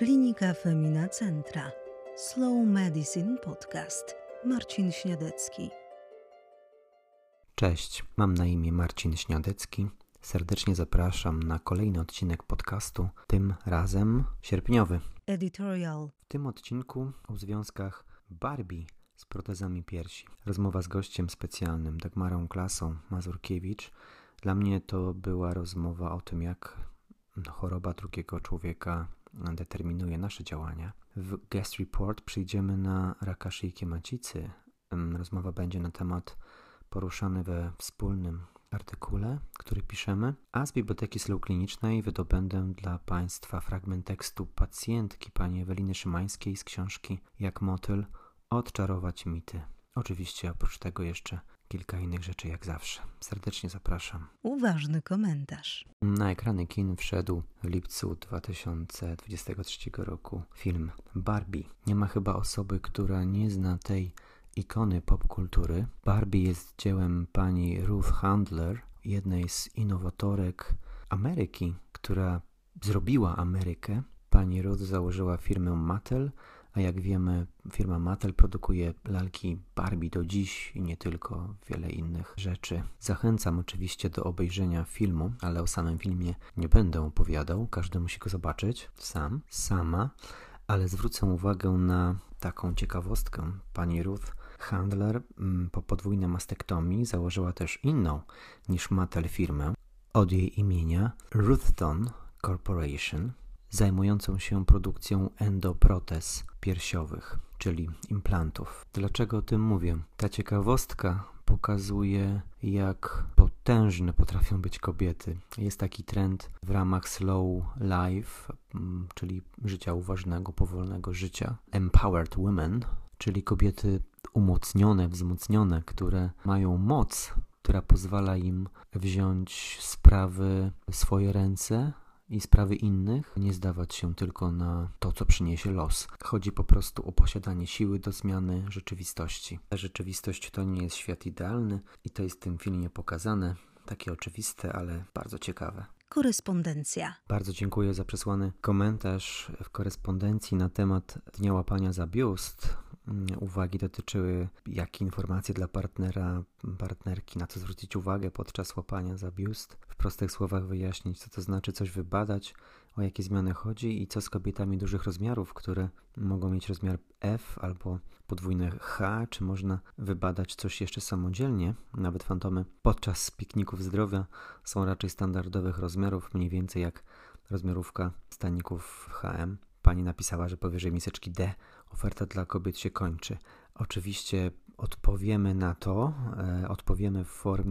Klinika Femina Centra. Slow Medicine Podcast. Marcin Śniadecki. Cześć, mam na imię Marcin Śniadecki. Serdecznie zapraszam na kolejny odcinek podcastu, tym razem sierpniowy. Editorial. W tym odcinku o związkach Barbie z protezami piersi. Rozmowa z gościem specjalnym, Dagmarą Klasą-Mazurkiewicz. Dla mnie to była rozmowa o tym, jak choroba drugiego człowieka determinuje nasze działania. W Guest Report przyjdziemy na raka szyjki macicy. Rozmowa będzie na temat poruszany we wspólnym artykule, który piszemy, a z Biblioteki Slow Klinicznej wydobędę dla Państwa fragment tekstu pacjentki pani Eweliny Szymańskiej z książki Jak motyl odczarować mity. Oczywiście oprócz tego jeszcze kilka innych rzeczy jak zawsze. Serdecznie zapraszam. Uważny komentarz. Na ekrany kin wszedł w lipcu 2023 roku film Barbie. Nie ma chyba osoby, która nie zna tej ikony popkultury. Barbie jest dziełem pani Ruth Handler, jednej z innowatorek Ameryki, która zrobiła Amerykę. Pani Ruth założyła firmę Mattel, a jak wiemy, firma Mattel produkuje lalki Barbie do dziś i nie tylko, wiele innych rzeczy. Zachęcam oczywiście do obejrzenia filmu, ale o samym filmie nie będę opowiadał, każdy musi go zobaczyć sama, ale zwrócę uwagę na taką ciekawostkę. Pani Ruth Handler po podwójnej mastektomii założyła też inną niż Mattel firmę od jej imienia, Ruthton Corporation, zajmującą się produkcją endoprotez piersiowych, czyli implantów. Dlaczego o tym mówię? Ta ciekawostka pokazuje, jak potężne potrafią być kobiety. Jest taki trend w ramach slow life, czyli życia uważnego, powolnego życia. Empowered women, czyli kobiety umocnione, wzmocnione, które mają moc, która pozwala im wziąć sprawy w swoje ręce i sprawy innych, nie zdawać się tylko na to, co przyniesie los. Chodzi po prostu o posiadanie siły do zmiany rzeczywistości. Ta rzeczywistość to nie jest świat idealny i to jest w tym filmie pokazane. Takie oczywiste, ale bardzo ciekawe. Korespondencja. Bardzo dziękuję za przesłany komentarz w korespondencji na temat Dnia Łapania za biust. Uwagi dotyczyły, jakie informacje dla partnerki, na co zwrócić uwagę podczas łapania za biust. W prostych słowach wyjaśnić, co to znaczy coś wybadać, o jakie zmiany chodzi i co z kobietami dużych rozmiarów, które mogą mieć rozmiar F albo podwójne H, czy można wybadać coś jeszcze samodzielnie. Nawet fantomy podczas pikników zdrowia są raczej standardowych rozmiarów, mniej więcej jak rozmiarówka staników HM. Pani napisała, że powyżej miseczki D oferta dla kobiet się kończy. Oczywiście odpowiemy na to, odpowiemy w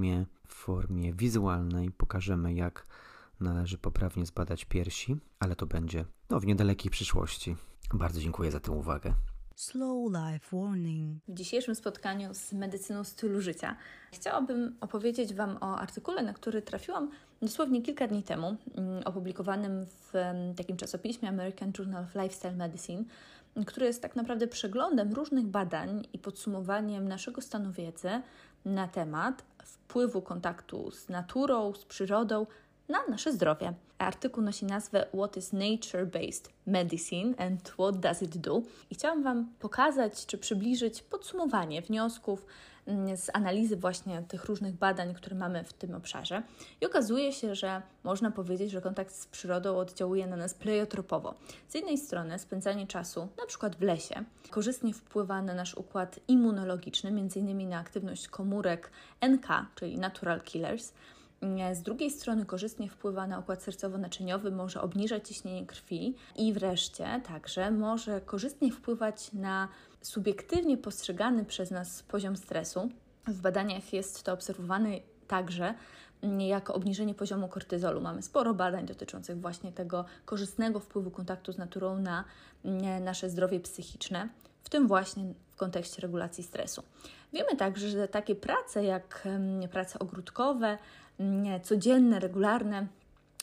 formie wizualnej, pokażemy jak należy poprawnie zbadać piersi, ale to będzie w niedalekiej przyszłości. Bardzo dziękuję za tę uwagę. Slow Life Warning. W dzisiejszym spotkaniu z medycyną stylu życia chciałabym opowiedzieć Wam o artykule, na który trafiłam dosłownie kilka dni temu, opublikowanym w takim czasopiśmie American Journal of Lifestyle Medicine, który jest tak naprawdę przeglądem różnych badań i podsumowaniem naszego stanu wiedzy na temat wpływu kontaktu z naturą, z przyrodą na nasze zdrowie. Artykuł nosi nazwę What is Nature-Based Medicine and What Does It Do? I chciałam Wam pokazać czy przybliżyć podsumowanie wniosków z analizy właśnie tych różnych badań, które mamy w tym obszarze. I okazuje się, że można powiedzieć, że kontakt z przyrodą oddziałuje na nas pleiotropowo. Z jednej strony spędzanie czasu, na przykład w lesie, korzystnie wpływa na nasz układ immunologiczny, m.in. na aktywność komórek NK, czyli Natural Killers. Z drugiej strony korzystnie wpływa na układ sercowo-naczyniowy, może obniżać ciśnienie krwi i wreszcie także może korzystnie wpływać na subiektywnie postrzegany przez nas poziom stresu. W badaniach jest to obserwowane także jako obniżenie poziomu kortyzolu. Mamy sporo badań dotyczących właśnie tego korzystnego wpływu kontaktu z naturą na nasze zdrowie psychiczne, w tym właśnie w kontekście regulacji stresu. Wiemy także, że takie prace jak prace ogródkowe, codzienne, regularne,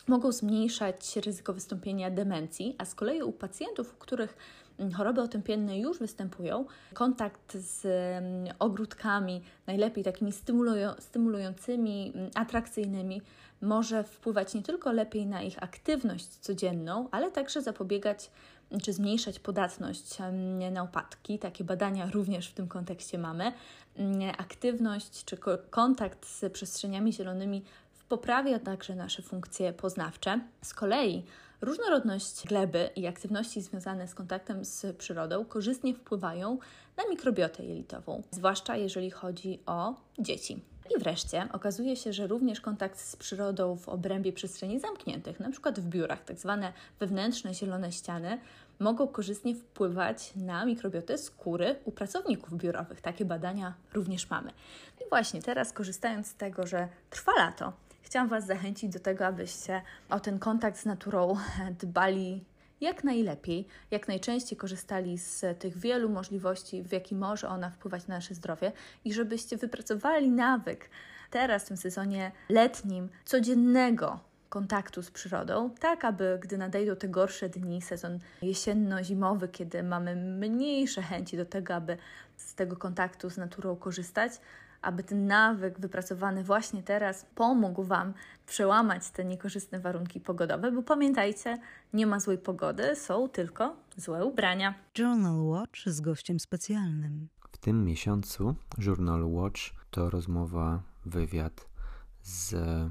mogą zmniejszać ryzyko wystąpienia demencji, a z kolei u pacjentów, u których choroby otępienne już występują, kontakt z ogródkami, najlepiej takimi stymulującymi, atrakcyjnymi, może wpływać nie tylko lepiej na ich aktywność codzienną, ale także zapobiegać czy zmniejszać podatność na upadki. Takie badania również w tym kontekście mamy. Aktywność czy kontakt z przestrzeniami zielonymi poprawia także nasze funkcje poznawcze. Z kolei różnorodność gleby i aktywności związane z kontaktem z przyrodą korzystnie wpływają na mikrobiotę jelitową, zwłaszcza jeżeli chodzi o dzieci. I wreszcie okazuje się, że również kontakt z przyrodą w obrębie przestrzeni zamkniętych, np. w biurach, tak zwane wewnętrzne zielone ściany, mogą korzystnie wpływać na mikrobiotę skóry u pracowników biurowych. Takie badania również mamy. I właśnie teraz, korzystając z tego, że trwa lato, chciałam Was zachęcić do tego, abyście o ten kontakt z naturą dbali jak najlepiej, jak najczęściej korzystali z tych wielu możliwości, w jaki może ona wpływać na nasze zdrowie i żebyście wypracowali nawyk teraz w tym sezonie letnim codziennego kontaktu z przyrodą, tak aby gdy nadejdą te gorsze dni, sezon jesienno-zimowy, kiedy mamy mniejsze chęci do tego, aby z tego kontaktu z naturą korzystać, aby ten nawyk wypracowany właśnie teraz pomógł Wam przełamać te niekorzystne warunki pogodowe, bo pamiętajcie, nie ma złej pogody, są tylko złe ubrania. Journal Watch z gościem specjalnym. W tym miesiącu Journal Watch to rozmowa, wywiad z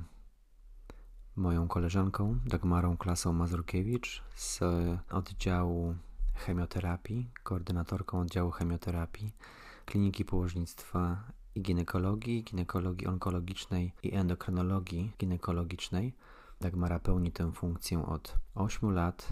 moją koleżanką Dagmarą Klasą-Mazurkiewicz z oddziału chemioterapii, koordynatorką oddziału chemioterapii Kliniki Położnictwa i ginekologii onkologicznej i endokrynologii ginekologicznej. Dagmara pełni tę funkcję od 8 lat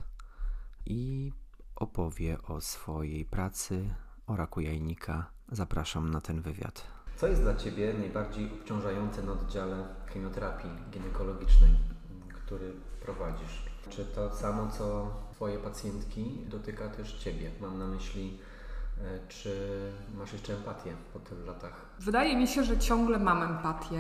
i opowie o swojej pracy, o raku jajnika. Zapraszam na ten wywiad. Co jest dla Ciebie najbardziej obciążające na oddziale chemioterapii ginekologicznej, który prowadzisz? Czy to samo, co Twoje pacjentki, dotyka też Ciebie? Mam na myśli, czy masz jeszcze empatię po tylu latach? Wydaje mi się, że ciągle mam empatię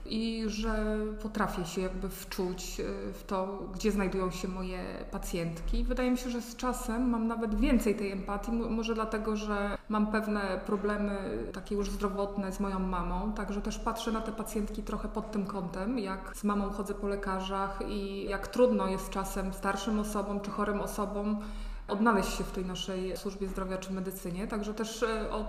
i że potrafię się jakby wczuć w to, gdzie znajdują się moje pacjentki. Wydaje mi się, że z czasem mam nawet więcej tej empatii, może dlatego, że mam pewne problemy takie już zdrowotne z moją mamą, także też patrzę na te pacjentki trochę pod tym kątem, jak z mamą chodzę po lekarzach i jak trudno jest czasem starszym osobom czy chorym osobom odnaleźć się w tej naszej służbie zdrowia czy medycynie, także też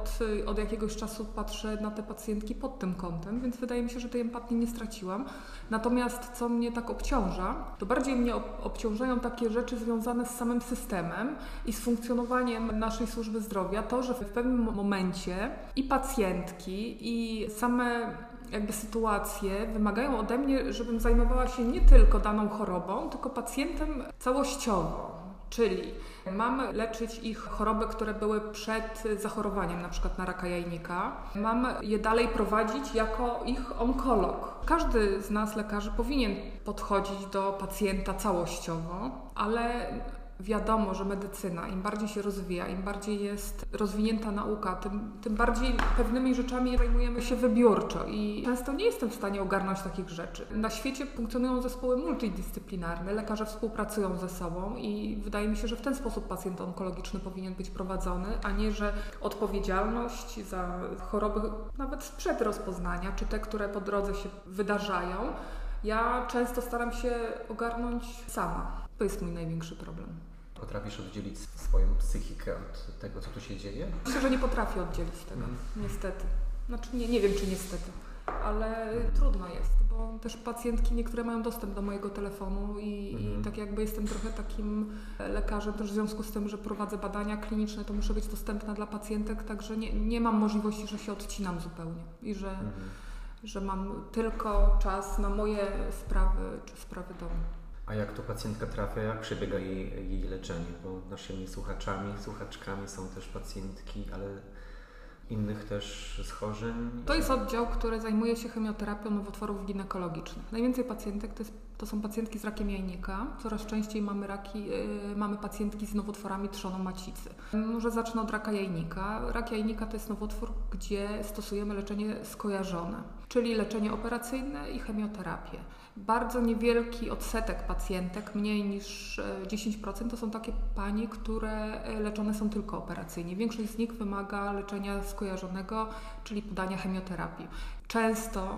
od jakiegoś czasu patrzę na te pacjentki pod tym kątem, więc wydaje mi się, że tej empatii nie straciłam. Natomiast co mnie tak obciąża, to bardziej mnie obciążają takie rzeczy związane z samym systemem i z funkcjonowaniem naszej służby zdrowia, to, że w pewnym momencie i pacjentki, i same jakby sytuacje wymagają ode mnie, żebym zajmowała się nie tylko daną chorobą, tylko pacjentem całościowo. Czyli mam leczyć ich choroby, które były przed zachorowaniem, na przykład na raka jajnika. Mam je dalej prowadzić jako ich onkolog. Każdy z nas, lekarzy, powinien podchodzić do pacjenta całościowo, ale wiadomo, że medycyna im bardziej się rozwija, im bardziej jest rozwinięta nauka, tym bardziej pewnymi rzeczami zajmujemy się wybiórczo i często nie jestem w stanie ogarnąć takich rzeczy. Na świecie funkcjonują zespoły multidyscyplinarne, lekarze współpracują ze sobą i wydaje mi się, że w ten sposób pacjent onkologiczny powinien być prowadzony, a nie, że odpowiedzialność za choroby nawet sprzed rozpoznania, czy te, które po drodze się wydarzają, ja często staram się ogarnąć sama. To jest mój największy problem. Potrafisz oddzielić swoją psychikę od tego, co tu się dzieje? Myślę, że nie potrafię oddzielić tego, niestety. Znaczy nie wiem, czy niestety, ale trudno jest, bo też pacjentki niektóre mają dostęp do mojego telefonu i tak jakby jestem trochę takim lekarzem też w związku z tym, że prowadzę badania kliniczne, to muszę być dostępna dla pacjentek, także nie mam możliwości, że się odcinam zupełnie i że mam tylko czas na moje sprawy czy sprawy domu. A jak to pacjentka trafia, jak przebiega jej leczenie? Bo naszymi słuchaczkami są też pacjentki, ale innych też schorzeń. To jest oddział, który zajmuje się chemioterapią nowotworów ginekologicznych. Najwięcej pacjentek to to są pacjentki z rakiem jajnika. Coraz częściej mamy pacjentki z nowotworami trzonu macicy. Może zacznę od raka jajnika. Rak jajnika to jest nowotwór, gdzie stosujemy leczenie skojarzone, czyli leczenie operacyjne i chemioterapię. Bardzo niewielki odsetek pacjentek, mniej niż 10%, to są takie pani, które leczone są tylko operacyjnie. Większość z nich wymaga leczenia skojarzonego, czyli podania chemioterapii. Często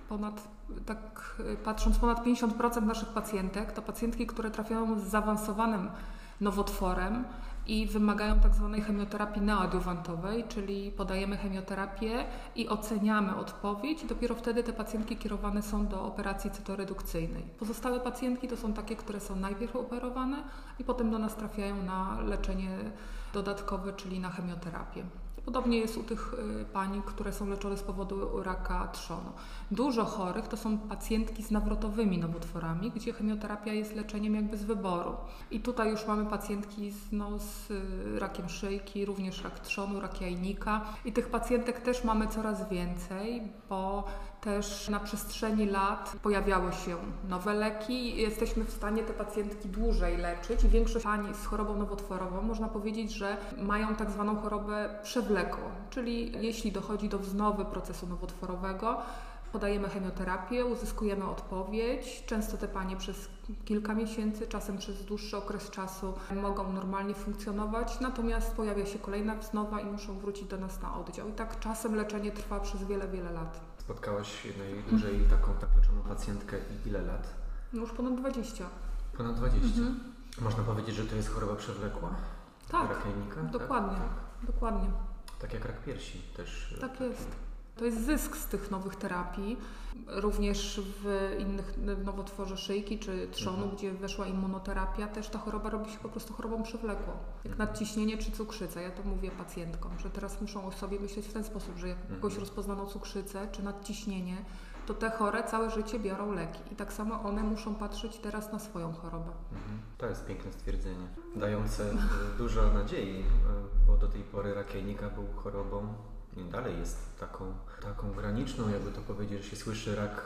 patrząc, ponad 50% naszych pacjentek to pacjentki, które trafiają z zaawansowanym nowotworem i wymagają tak zwanej chemioterapii neoadjuwantowej, czyli podajemy chemioterapię i oceniamy odpowiedź. Dopiero wtedy te pacjentki kierowane są do operacji cytoredukcyjnej. Pozostałe pacjentki to są takie, które są najpierw operowane i potem do nas trafiają na leczenie dodatkowe, czyli na chemioterapię. Podobnie jest u tych pań, które są leczone z powodu raka trzonu. Dużo chorych to są pacjentki z nawrotowymi nowotworami, gdzie chemioterapia jest leczeniem jakby z wyboru. I tutaj już mamy pacjentki z rakiem szyjki, również rak trzonu, rak jajnika. I tych pacjentek też mamy coraz więcej, bo też na przestrzeni lat pojawiały się nowe leki i jesteśmy w stanie te pacjentki dłużej leczyć. Większość pań z chorobą nowotworową można powiedzieć, że mają tak zwaną chorobę przewlekłą, czyli jeśli dochodzi do wznowy procesu nowotworowego, podajemy chemioterapię, uzyskujemy odpowiedź. Często te panie przez kilka miesięcy, czasem przez dłuższy okres czasu mogą normalnie funkcjonować, natomiast pojawia się kolejna wznowa i muszą wrócić do nas na oddział. I tak czasem leczenie trwa przez wiele, wiele lat. Spotkałaś najdłużej taką tak leczoną pacjentkę i ile lat? Już ponad 20. Ponad 20. Można powiedzieć, że to jest choroba przewlekła? Tak, rak jajnika? dokładnie, tak. Dokładnie. Tak jak rak piersi też. Tak jest. To jest zysk z tych nowych terapii, również w innych nowotworze szyjki czy trzonu, gdzie weszła immunoterapia, też ta choroba robi się po prostu chorobą przewlekłą. Jak nadciśnienie czy cukrzyca. Ja to mówię pacjentkom, że teraz muszą o sobie myśleć w ten sposób, że jak kogoś rozpoznano cukrzycę czy nadciśnienie, to te chore całe życie biorą leki i tak samo one muszą patrzeć teraz na swoją chorobę. To jest piękne stwierdzenie, dające dużo nadziei, bo do tej pory rak jajnika był chorobą i dalej jest taką graniczną, jakby to powiedzieć, że się słyszy rak,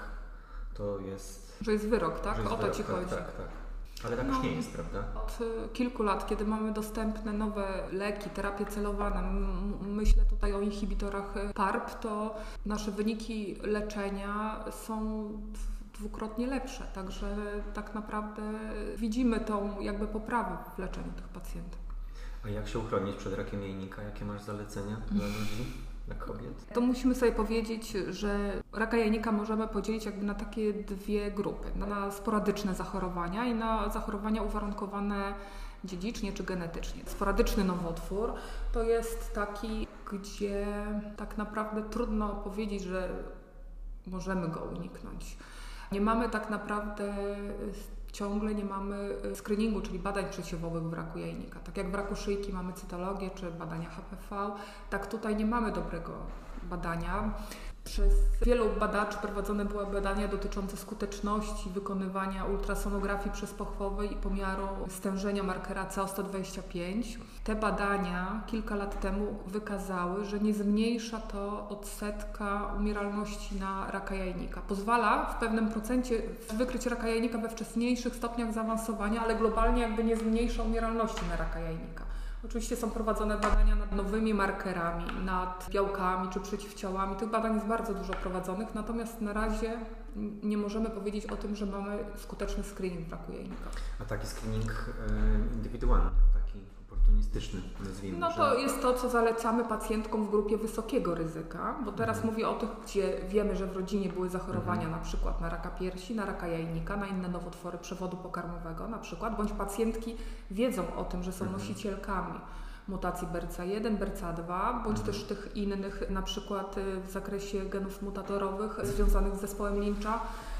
to jest... Że jest wyrok, tak? Jest o to wyrok, Ci chodzi. Tak. Ale tak już nie jest, prawda? Od kilku lat, kiedy mamy dostępne nowe leki, terapie celowane, myślę tutaj o inhibitorach PARP, to nasze wyniki leczenia są dwukrotnie lepsze. Także tak naprawdę widzimy tą jakby poprawę w leczeniu tych pacjentów. A jak się uchronić przed rakiem jajnika? Jakie masz zalecenia dla ludzi, dla kobiet? To musimy sobie powiedzieć, że raka jajnika możemy podzielić jakby na takie dwie grupy. Na sporadyczne zachorowania i na zachorowania uwarunkowane dziedzicznie czy genetycznie. Sporadyczny nowotwór to jest taki, gdzie tak naprawdę trudno powiedzieć, że możemy go uniknąć. Nie mamy tak naprawdę ciągle nie mamy screeningu, czyli badań przesiewowych w raku jajnika. Tak jak w raku szyjki mamy cytologię czy badania HPV, tak tutaj nie mamy dobrego badania. Przez wielu badaczy prowadzone były badania dotyczące skuteczności wykonywania ultrasonografii przezpochwowej i pomiaru stężenia markera CO125. Te badania kilka lat temu wykazały, że nie zmniejsza to odsetka umieralności na raka jajnika. Pozwala w pewnym procencie wykryć raka jajnika we wcześniejszych stopniach zaawansowania, ale globalnie jakby nie zmniejsza umieralności na raka jajnika. Oczywiście są prowadzone badania nad nowymi markerami, nad białkami czy przeciwciałami. Tych badań jest bardzo dużo prowadzonych, natomiast na razie nie możemy powiedzieć o tym, że mamy skuteczny screening w raku jajnika. A taki screening indywidualny, taki oportunistyczny, nazwijmy. No to jest to, co zalecamy pacjentkom w grupie wysokiego ryzyka, bo teraz mówię o tych, gdzie wiemy, że w rodzinie były zachorowania na przykład na raka piersi, na raka jajnika, na inne nowotwory przewodu pokarmowego na przykład, bądź pacjentki wiedzą o tym, że są nosicielkami mutacji BRCA1, BRCA2, bądź też tych innych, na przykład w zakresie genów mutatorowych związanych z zespołem Lyncha.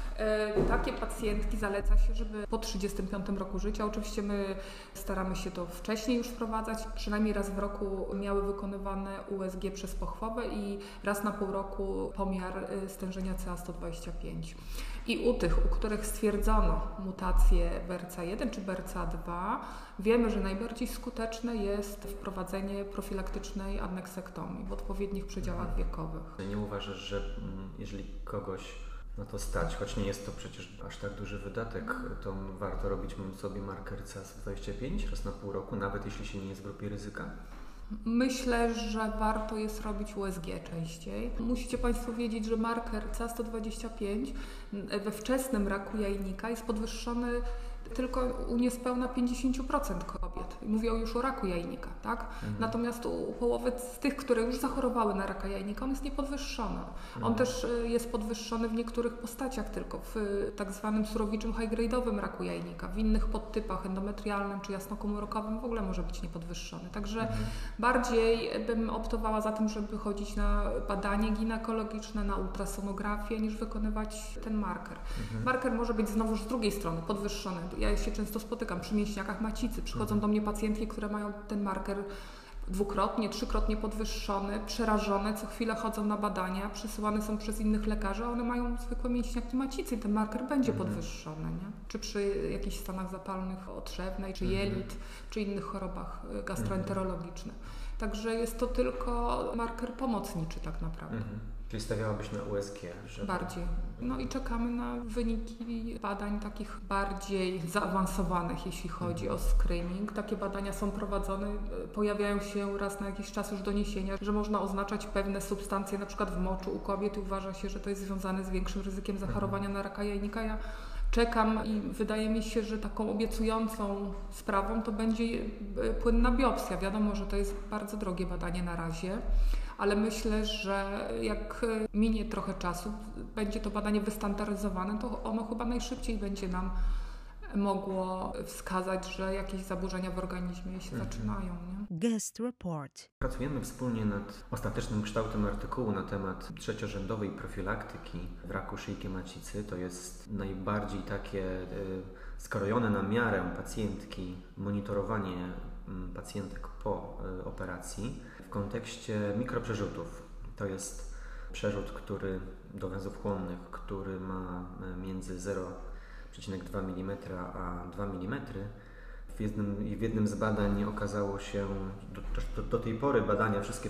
Takie pacjentki zaleca się, żeby po 35 roku życia, oczywiście my staramy się to wcześniej już wprowadzać, przynajmniej raz w roku miały wykonywane USG przezpochwowe i raz na pół roku pomiar stężenia CA125. I u tych, u których stwierdzono mutację BRCA1 czy BRCA2, wiemy, że najbardziej skuteczne jest wprowadzenie profilaktycznej adneksektomii w odpowiednich przedziałach wiekowych. Nie uważasz, że jeżeli kogoś na to stać, choć nie jest to przecież aż tak duży wydatek, to warto robić sobie marker CAS25 raz na pół roku, nawet jeśli się nie jest w grupie ryzyka? Myślę, że warto jest robić USG częściej. Musicie Państwo wiedzieć, że marker CA125 we wczesnym raku jajnika jest podwyższony tylko u niespełna 50% kobiet. Mówię już o raku jajnika, tak? Natomiast u połowy z tych, które już zachorowały na raka jajnika, on jest niepodwyższony. On też jest podwyższony w niektórych postaciach tylko, w tak zwanym surowiczym high-grade'owym raku jajnika. W innych podtypach endometrialnym czy jasnokomórkowym w ogóle może być niepodwyższony. Także bardziej bym optowała za tym, żeby chodzić na badanie ginekologiczne, na ultrasonografię, niż wykonywać ten marker. Marker może być znowuż z drugiej strony podwyższony. Ja się często spotykam przy mięśniakach macicy. Przychodzą do mnie pacjentki, które mają ten marker dwukrotnie, trzykrotnie podwyższony, przerażone, co chwilę chodzą na badania, przesyłane są przez innych lekarzy, a one mają zwykłe mięśniaki macicy i ten marker będzie podwyższony. Nie? Czy przy jakichś stanach zapalnych otrzewnej, czy jelit, czy innych chorobach gastroenterologicznych. Także jest to tylko marker pomocniczy tak naprawdę. Czyli stawiałabyś na USG? Żeby... Bardziej. No i czekamy na wyniki badań takich bardziej zaawansowanych, jeśli chodzi o screening. Takie badania są prowadzone, pojawiają się raz na jakiś czas już doniesienia, że można oznaczać pewne substancje na przykład w moczu u kobiet i uważa się, że to jest związane z większym ryzykiem zachorowania na raka jajnika. Ja czekam i wydaje mi się, że taką obiecującą sprawą to będzie płynna biopsja. Wiadomo, że to jest bardzo drogie badanie na razie, ale myślę, że jak minie trochę czasu, będzie to badanie wystandaryzowane, to ono chyba najszybciej będzie nam mogło wskazać, że jakieś zaburzenia w organizmie się zaczynają. Nie? Guest Report. Pracujemy wspólnie nad ostatecznym kształtem artykułu na temat trzeciorzędowej profilaktyki w raku szyjki macicy. To jest najbardziej takie skrojone na miarę pacjentki monitorowanie pacjentek po operacji w kontekście mikroprzerzutów. To jest przerzut, który do węzłów chłonnych, który ma między 0,2 mm a 2 mm. W jednym z badań okazało się, do tej pory badania wszystkie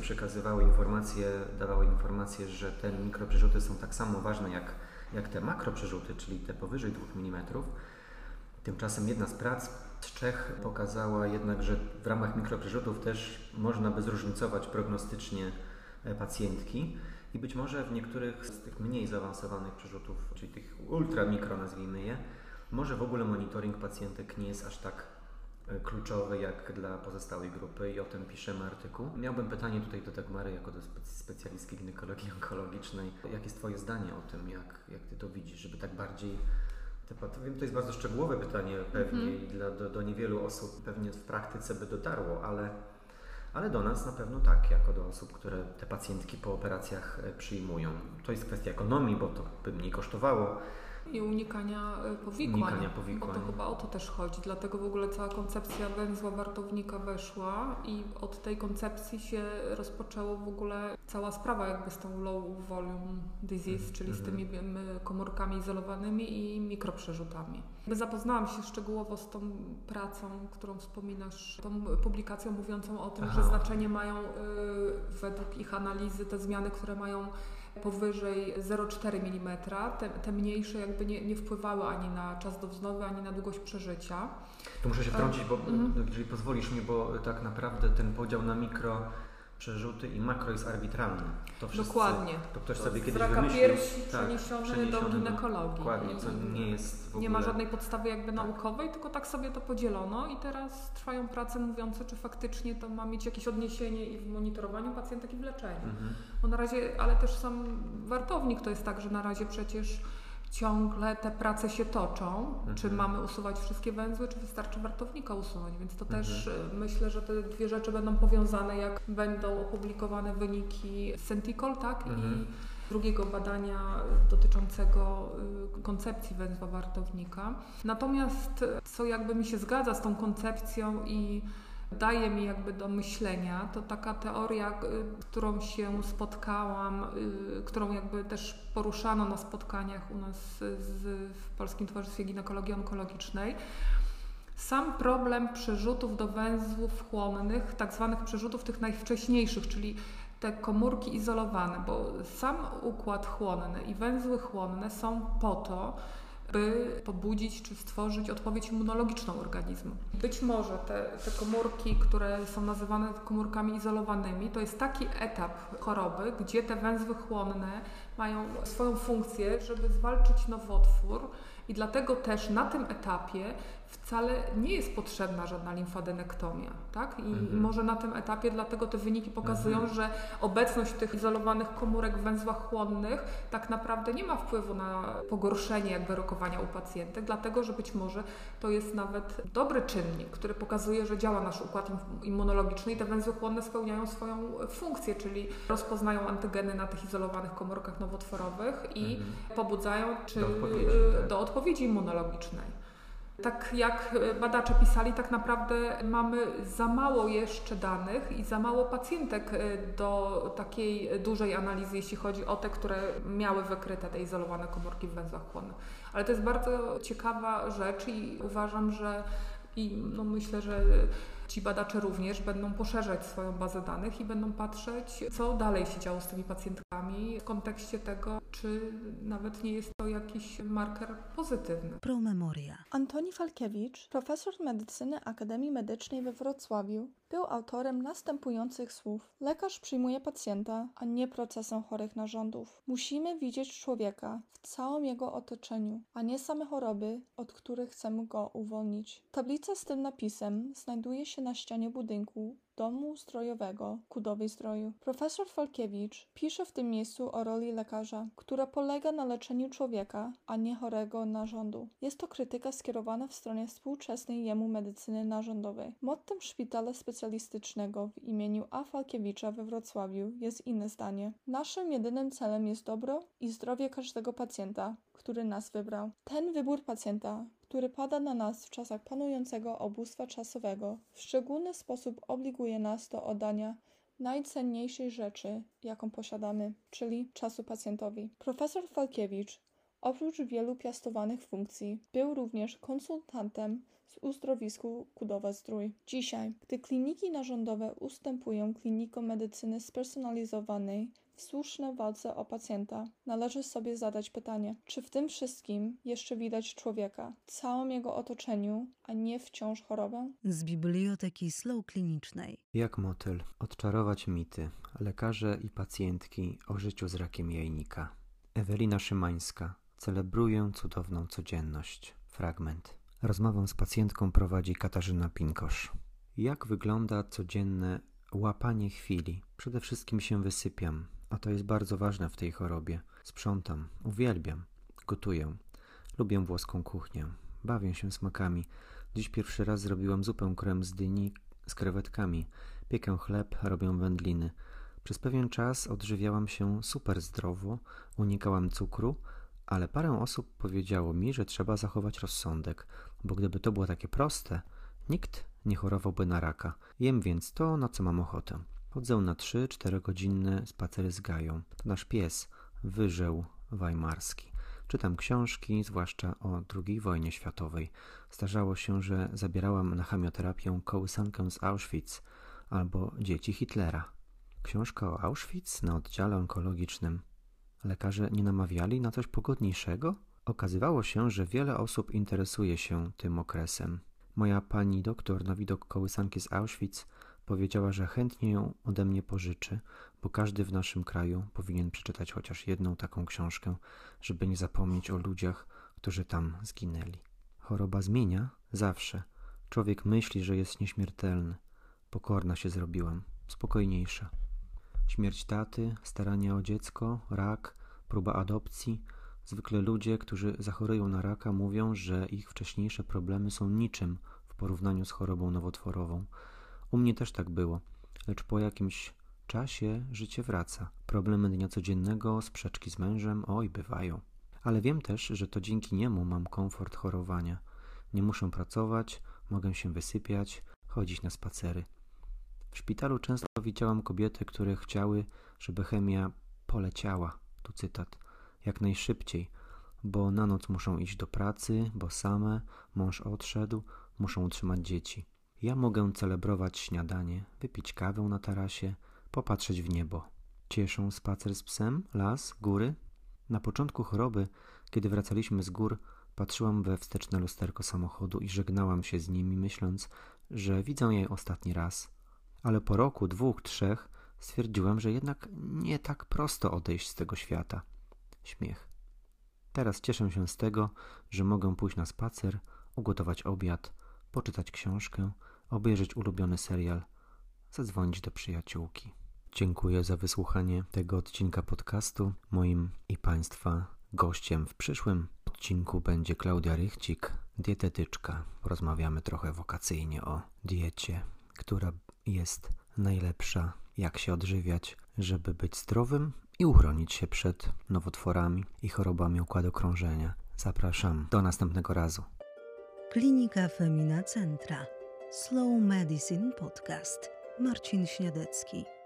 dawały informacje, że te mikroprzerzuty są tak samo ważne jak te makroprzerzuty, czyli te powyżej 2 mm. Tymczasem jedna z prac z Czech pokazała jednak, że w ramach mikroprzerzutów też można by zróżnicować prognostycznie pacjentki i być może w niektórych z tych mniej zaawansowanych przerzutów, czyli tych ultramikro nazwijmy je, może w ogóle monitoring pacjentek nie jest aż tak kluczowy jak dla pozostałej grupy i o tym piszemy artykuł. Miałbym pytanie tutaj do Dagmary jako do specjalistki ginekologii onkologicznej. Jakie jest Twoje zdanie o tym, jak Ty to widzisz, żeby tak bardziej... Wiem, to jest bardzo szczegółowe pytanie pewnie i do niewielu osób pewnie w praktyce by dotarło, ale do nas na pewno tak, jako do osób, które te pacjentki po operacjach przyjmują. To jest kwestia ekonomii, bo to by mniej kosztowało. I unikania powikłań, bo to chyba o to też chodzi. Dlatego w ogóle cała koncepcja węzła wartownika weszła i od tej koncepcji się rozpoczęło w ogóle cała sprawa jakby z tą low volume disease, czyli z tymi komórkami izolowanymi i mikroprzerzutami. Zapoznałam się szczegółowo z tą pracą, którą wspominasz, tą publikacją mówiącą o tym, że znaczenie mają według ich analizy te zmiany, które mają powyżej 0,4 mm, te mniejsze jakby nie wpływały ani na czas dowznowy, ani na długość przeżycia. Tu muszę się wtrącić, bo jeżeli pozwolisz mi, bo tak naprawdę ten podział na mikroprzerzuty i makro jest arbitralny. To wszyscy, dokładnie. To ktoś sobie kiedyś raka wymyślił. piersi przeniesiony do ginekologii. Dokładnie, co nie jest w ogóle... Nie ma żadnej podstawy jakby naukowej, tylko tak sobie to podzielono i teraz trwają prace mówiące, czy faktycznie to ma mieć jakieś odniesienie i w monitorowaniu pacjentek i w leczeniu. Bo na razie, ale też sam wartownik to jest tak, że na razie przecież ciągle te prace się toczą, czy mamy usuwać wszystkie węzły, czy wystarczy wartownika usunąć, więc to też myślę, że te dwie rzeczy będą powiązane, jak będą opublikowane wyniki Sentikol, tak, i drugiego badania dotyczącego koncepcji węzła wartownika. Natomiast co jakby mi się zgadza z tą koncepcją i daje mi jakby do myślenia, to taka teoria, którą się spotkałam, którą jakby też poruszano na spotkaniach u nas w Polskim Towarzystwie Ginekologii Onkologicznej. Sam problem przerzutów do węzłów chłonnych, tak zwanych przerzutów tych najwcześniejszych, czyli te komórki izolowane, bo sam układ chłonny i węzły chłonne są po to, by pobudzić czy stworzyć odpowiedź immunologiczną organizmu. Być może te komórki, które są nazywane komórkami izolowanymi, to jest taki etap choroby, gdzie te węzły chłonne mają swoją funkcję, żeby zwalczyć nowotwór i dlatego też na tym etapie wcale nie jest potrzebna żadna limfadenektomia, tak? I może na tym etapie dlatego te wyniki pokazują, że obecność tych izolowanych komórek w węzłach chłonnych tak naprawdę nie ma wpływu na pogorszenie jakby rokowania u pacjentek, dlatego że być może to jest nawet dobry czynnik, który pokazuje, że działa nasz układ immunologiczny i te węzły chłonne spełniają swoją funkcję, czyli rozpoznają antygeny na tych izolowanych komórkach nowotworowych i pobudzają do odpowiedzi immunologicznej. Tak jak badacze pisali, tak naprawdę mamy za mało jeszcze danych i za mało pacjentek do takiej dużej analizy, jeśli chodzi o te, które miały wykryte te izolowane komórki w węzłach chłonnych. Ale to jest bardzo ciekawa rzecz i uważam, że myślę, że ci badacze również będą poszerzać swoją bazę danych i będą patrzeć, co dalej się działo z tymi pacjentkami w kontekście tego, czy nawet nie jest to jakiś marker pozytywny. Pro memoria. Antoni Falkiewicz, profesor medycyny Akademii Medycznej we Wrocławiu, był autorem następujących słów. Lekarz przyjmuje pacjenta, a nie procesem chorych narządów. Musimy widzieć człowieka w całym jego otoczeniu, a nie same choroby, od których chcemy go uwolnić. Tablica z tym napisem znajduje się na ścianie budynku Domu Ustrojowego Kudowej Zdroju. Profesor Falkiewicz pisze w tym miejscu o roli lekarza, która polega na leczeniu człowieka, a nie chorego narządu. Jest to krytyka skierowana w stronę współczesnej jemu medycyny narządowej. Mottem szpitala specjalistycznego w imieniu A. Falkiewicza we Wrocławiu jest inne zdanie. Naszym jedynym celem jest dobro i zdrowie każdego pacjenta, który nas wybrał. Ten wybór pacjenta, który pada na nas w czasach panującego ubóstwa czasowego, w szczególny sposób obliguje nas do oddania najcenniejszej rzeczy, jaką posiadamy, czyli czasu pacjentowi. Profesor Falkiewicz, oprócz wielu piastowanych funkcji, był również konsultantem z uzdrowisku Kudowa-Zdrój. Dzisiaj, gdy kliniki narządowe ustępują klinikom medycyny spersonalizowanej w słusznej walce o pacjenta, należy sobie zadać pytanie, czy w tym wszystkim jeszcze widać człowieka, w całym jego otoczeniu, a nie wciąż chorobę? Z biblioteki Slow Klinicznej. Jak motyl odczarować mity, lekarze i pacjentki o życiu z rakiem jajnika. Ewelina Szymańska. Celebruję cudowną codzienność. Fragment. Rozmowę z pacjentką prowadzi Katarzyna Pinkosz. Jak wygląda codzienne łapanie chwili? Przede wszystkim się wysypiam, a to jest bardzo ważne w tej chorobie. Sprzątam, uwielbiam, gotuję. Lubię włoską kuchnię, bawię się smakami. Dziś pierwszy raz zrobiłam zupę krem z dyni z krewetkami. Piekę chleb, robię wędliny. Przez pewien czas odżywiałam się super zdrowo, unikałam cukru, ale parę osób powiedziało mi, że trzeba zachować rozsądek, bo gdyby to było takie proste, nikt nie chorowałby na raka. Jem więc to, na co mam ochotę. Chodzę na 3-4 godzinne spacery z Gają. To nasz pies, wyżeł weimarski. Czytam książki, zwłaszcza o II wojnie światowej. Zdarzało się, że zabierałam na chemioterapię kołysankę z Auschwitz albo dzieci Hitlera. Książka o Auschwitz na oddziale onkologicznym. Lekarze nie namawiali na coś pogodniejszego? Okazywało się, że wiele osób interesuje się tym okresem. Moja pani doktor na widok kołysanki z Auschwitz powiedziała, że chętnie ją ode mnie pożyczy, bo każdy w naszym kraju powinien przeczytać chociaż jedną taką książkę, żeby nie zapomnieć o ludziach, którzy tam zginęli. Choroba zmienia zawsze. Człowiek myśli, że jest nieśmiertelny. Pokorna się zrobiłam, spokojniejsza. Śmierć taty, starania o dziecko, rak, próba adopcji. Zwykle ludzie, którzy zachorują na raka, mówią, że ich wcześniejsze problemy są niczym w porównaniu z chorobą nowotworową. U mnie też tak było, lecz po jakimś czasie życie wraca. Problemy dnia codziennego, sprzeczki z mężem, oj, bywają. Ale wiem też, że to dzięki niemu mam komfort chorowania. Nie muszę pracować, mogę się wysypiać, chodzić na spacery. W szpitalu często widziałam kobiety, które chciały, żeby chemia poleciała, tu cytat, jak najszybciej, bo na noc muszą iść do pracy, bo same, mąż odszedł, muszą utrzymać dzieci. Ja mogę celebrować śniadanie, wypić kawę na tarasie, popatrzeć w niebo. cieszą spacer z psem, las, góry? Na początku choroby, kiedy wracaliśmy z gór, patrzyłam we wsteczne lusterko samochodu i żegnałam się z nimi, myśląc, że widzę jej ostatni raz. Ale po roku, 2, 3 stwierdziłam, że jednak nie tak prosto odejść z tego świata. Śmiech. Teraz cieszę się z tego, że mogę pójść na spacer, ugotować obiad, poczytać książkę, obejrzeć ulubiony serial, zadzwonić do przyjaciółki. Dziękuję za wysłuchanie tego odcinka podcastu. Moim i Państwa gościem w przyszłym odcinku będzie Klaudia Rychcik, dietetyczka. Porozmawiamy trochę wakacyjnie o diecie, która jest najlepsza, jak się odżywiać, żeby być zdrowym i uchronić się przed nowotworami i chorobami układu krążenia. Zapraszam do następnego razu. Klinika Femina Centra. Slow Medicine Podcast. Marcin Śniadecki.